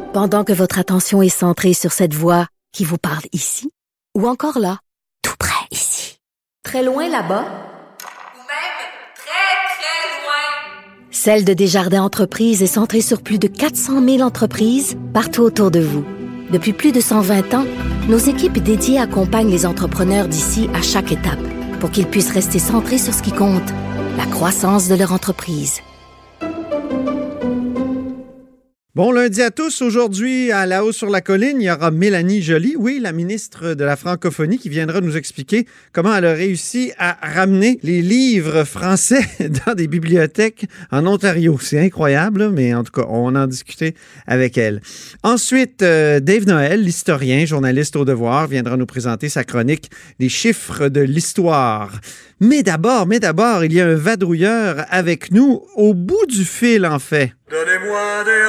Pendant que votre attention est centrée sur cette voix qui vous parle ici, ou encore là, tout près ici, très loin là-bas, ou même très, très loin. Celle de Desjardins Entreprises est centrée sur plus de 400 000 entreprises partout autour de vous. Depuis plus de 120 ans, nos équipes dédiées accompagnent les entrepreneurs d'ici à chaque étape pour qu'ils puissent rester centrés sur ce qui compte, la croissance de leur entreprise. Bon lundi à tous. Aujourd'hui, à La Haut sur la Colline, il y aura Mélanie Joly, oui, la ministre de la Francophonie, qui viendra nous expliquer comment elle a réussi à ramener les livres français dans des bibliothèques en Ontario. C'est incroyable, mais en tout cas, on en discutait avec elle. Ensuite, Dave Noël, l'historien, journaliste au Devoir, viendra nous présenter sa chronique « Les chiffres de l'histoire ». Mais d'abord, il y a un vadrouilleur avec nous, au bout du fil, en fait. Donnez-moi des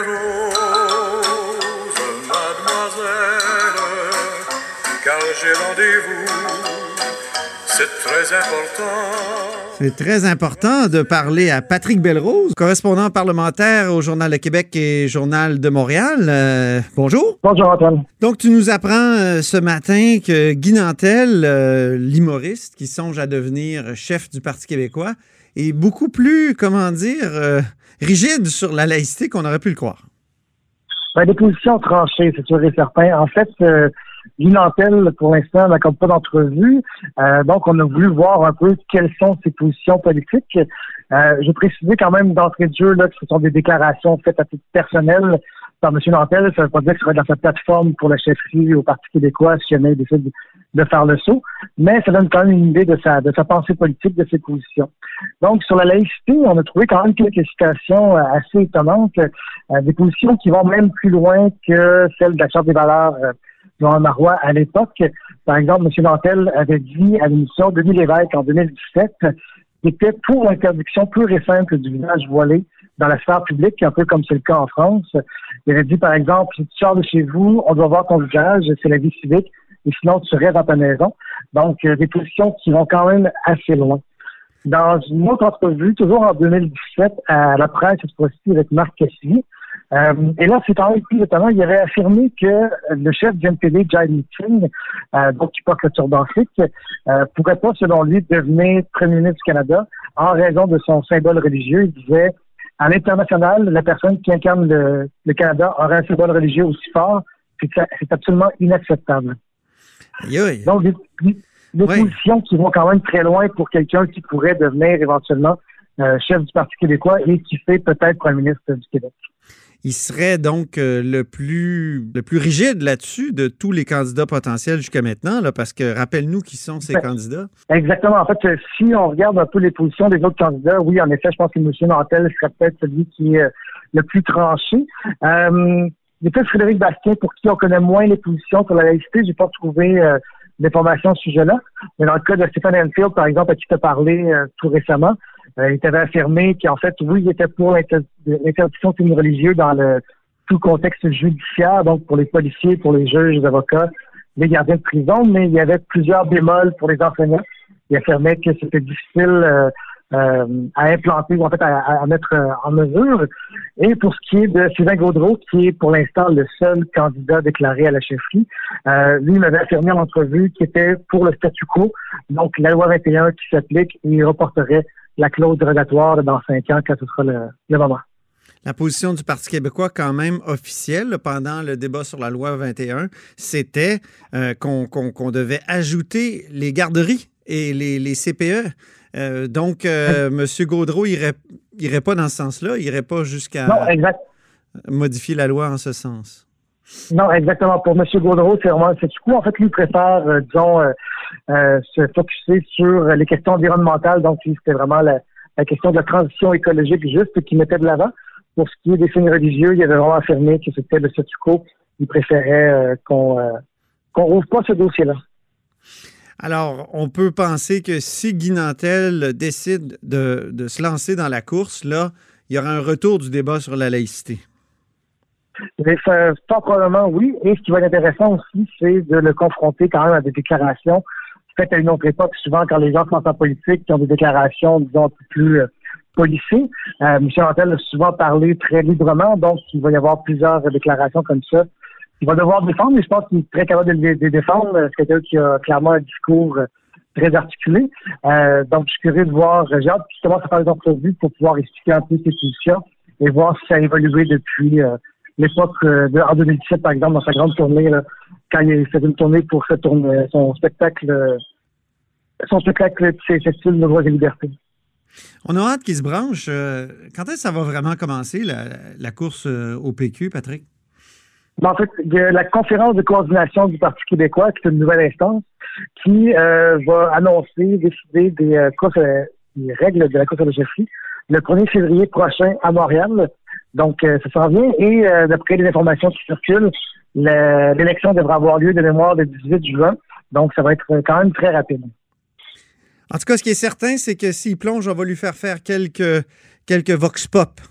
roses, mademoiselle, car j'ai rendez-vous, c'est très important. C'est très important de parler à Patrick Belrose, correspondant parlementaire au Journal de Québec et Journal de Montréal. Bonjour. Bonjour, Antoine. Donc, tu nous apprends ce matin que Guy Nantel, l'humoriste qui songe à devenir chef du Parti québécois, est beaucoup plus, rigide sur la laïcité qu'on aurait pu le croire. Des positions tranchées, c'est sûr et certain. En fait, Guy Nantel, pour l'instant, n'accorde pas d'entrevue. Donc, on a voulu voir un peu quelles sont ses positions politiques. Je précisais quand même d'entrée de jeu là, que ce sont des déclarations faites à titre personnel par M. Nantel. Ça ne veut pas dire que ce serait dans sa plateforme pour la chefferie au Parti québécois si jamais il décide de faire le saut. Mais ça donne quand même une idée de sa pensée politique, de ses positions. Donc, sur la laïcité, on a trouvé quand même quelques citations assez étonnantes, des positions qui vont même plus loin que celles de la Charte des valeurs Jean Marois à l'époque. Par exemple, M. Nantel avait dit à l'émission Denis Lévesque en 2017 qu'il était pour l'interdiction pure et simple du visage voilé dans la sphère publique, un peu comme c'est le cas en France. Il avait dit, par exemple, si tu sors de chez vous, on doit voir ton visage, c'est la vie civique, et sinon tu restes dans ta maison. Donc, des positions qui vont quand même assez loin. Dans une autre entrevue, toujours en 2017, à la presse, cette fois-ci avec Marc Cassidy, et là, c'est quand même plus étonnant, il avait affirmé que le chef du NPD, Jai Meeting, donc qui porte le turban sikh, pourrait pas, selon lui, devenir premier ministre du Canada en raison de son symbole religieux. Il disait, à l'international, la personne qui incarne le Canada aurait un symbole religieux aussi fort, puis c'est absolument inacceptable. Aïe. Donc, des positions qui vont quand même très loin pour quelqu'un qui pourrait devenir éventuellement chef du Parti québécois et qui fait peut-être premier ministre du Québec. Il serait donc le plus rigide là-dessus de tous les candidats potentiels jusqu'à maintenant, là, parce que rappelle-nous qui sont ces candidats. Exactement. En fait, si on regarde un peu les positions des autres candidats, oui, en effet, je pense que M. Nantel serait peut-être celui qui est le plus tranché. Il y a peut-être Frédéric Bastien, pour qui on connaît moins les positions sur la laïcité. J'ai pas trouvé d'informations à ce sujet-là. Mais dans le cas de Stephen Enfield, par exemple, à qui tu as parlé tout récemment, il avait affirmé qu'en fait, oui, il était pour l'interdiction de signes religieux dans tout le contexte judiciaire, donc pour les policiers, pour les juges, les avocats, les gardiens de prison, mais il y avait plusieurs bémols pour les enseignants. Il affirmait que c'était difficile à implanter ou en fait à mettre en mesure. Et pour ce qui est de Sylvain Gaudreault, qui est pour l'instant le seul candidat déclaré à la chefferie, lui m'avait affirmé en entrevue qu'il était pour le statu quo, donc la loi 21 qui s'applique et il reporterait la clause dérogatoire dans 5 ans quand ce sera le moment. La position du Parti québécois, quand même officielle, pendant le débat sur la loi 21, c'était qu'on devait ajouter les garderies et les CPE. Donc, M. Gaudreault irait pas dans ce sens-là, il irait pas jusqu'à modifier la loi en ce sens. Non, exactement. Pour M. Gaudreault, c'est vraiment du coup, en fait, lui préfère, se focusser sur les questions environnementales. Donc, c'était vraiment la question de la transition écologique juste qu'il mettait de l'avant. Pour ce qui est des signes religieux, il avait vraiment affirmé que c'était le statu quo. Il préférait qu'on rouvre pas ce dossier-là. Alors, on peut penser que si Guy Nantel décide de se lancer dans la course, là, il y aura un retour du débat sur la laïcité. Mais fort probablement, oui. Et ce qui va être intéressant aussi, c'est de le confronter quand même à des déclarations faites à une autre époque. Souvent, quand les gens sont en politique, qui ont des déclarations, disons, un peu plus policiers. M. Nantel a souvent parlé très librement, donc il va y avoir plusieurs déclarations comme ça. Il va devoir défendre, mais je pense qu'il est très capable de les défendre. C'est quelqu'un qui a clairement un discours très articulé. Donc, je suis curieux de voir. J'ai hâte qu'il commence à faire des entrevues pour pouvoir expliquer un peu ses positions et voir si ça a évolué depuis l'époque en 2017, par exemple, dans sa grande tournée, là, quand il fait une tournée pour son spectacle qui s'intitule Nos droits et libertés. On a hâte qu'il se branche. Quand est-ce que ça va vraiment commencer, la course au PQ, Patrick? En fait, il y a la conférence de coordination du Parti québécois, qui est une nouvelle instance, qui va décider des règles de la course à la chefferie le 1er février prochain à Montréal. Donc, ça s'en vient. Et d'après les informations qui circulent, l'élection devra avoir lieu de mémoire le 18 juin. Donc, ça va être quand même très rapide. En tout cas, ce qui est certain, c'est que s'il plonge, on va lui faire quelques vox pop.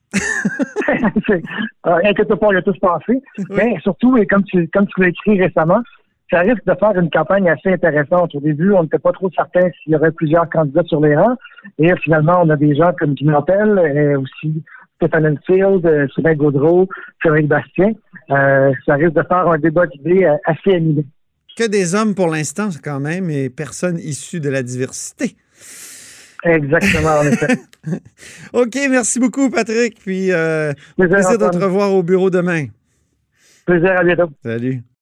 Inquiète pas, il a tout passé. Oui. Mais surtout, et comme tu l'as écrit récemment, ça risque de faire une campagne assez intéressante. Au début, on n'était pas trop certain s'il y aurait plusieurs candidats sur les rangs. Et finalement, on a des gens comme Guy Nantel, et aussi Stéphane Enfield, Sylvain Gaudreault, Frédéric Bastien. Ça risque de faire un débat d'idées assez animé. Que des hommes pour l'instant, quand même, et personne issue de la diversité. Exactement, en effet. OK, merci beaucoup, Patrick. Puis, plaisir de te revoir au bureau demain. Plaisir, à bientôt. Salut.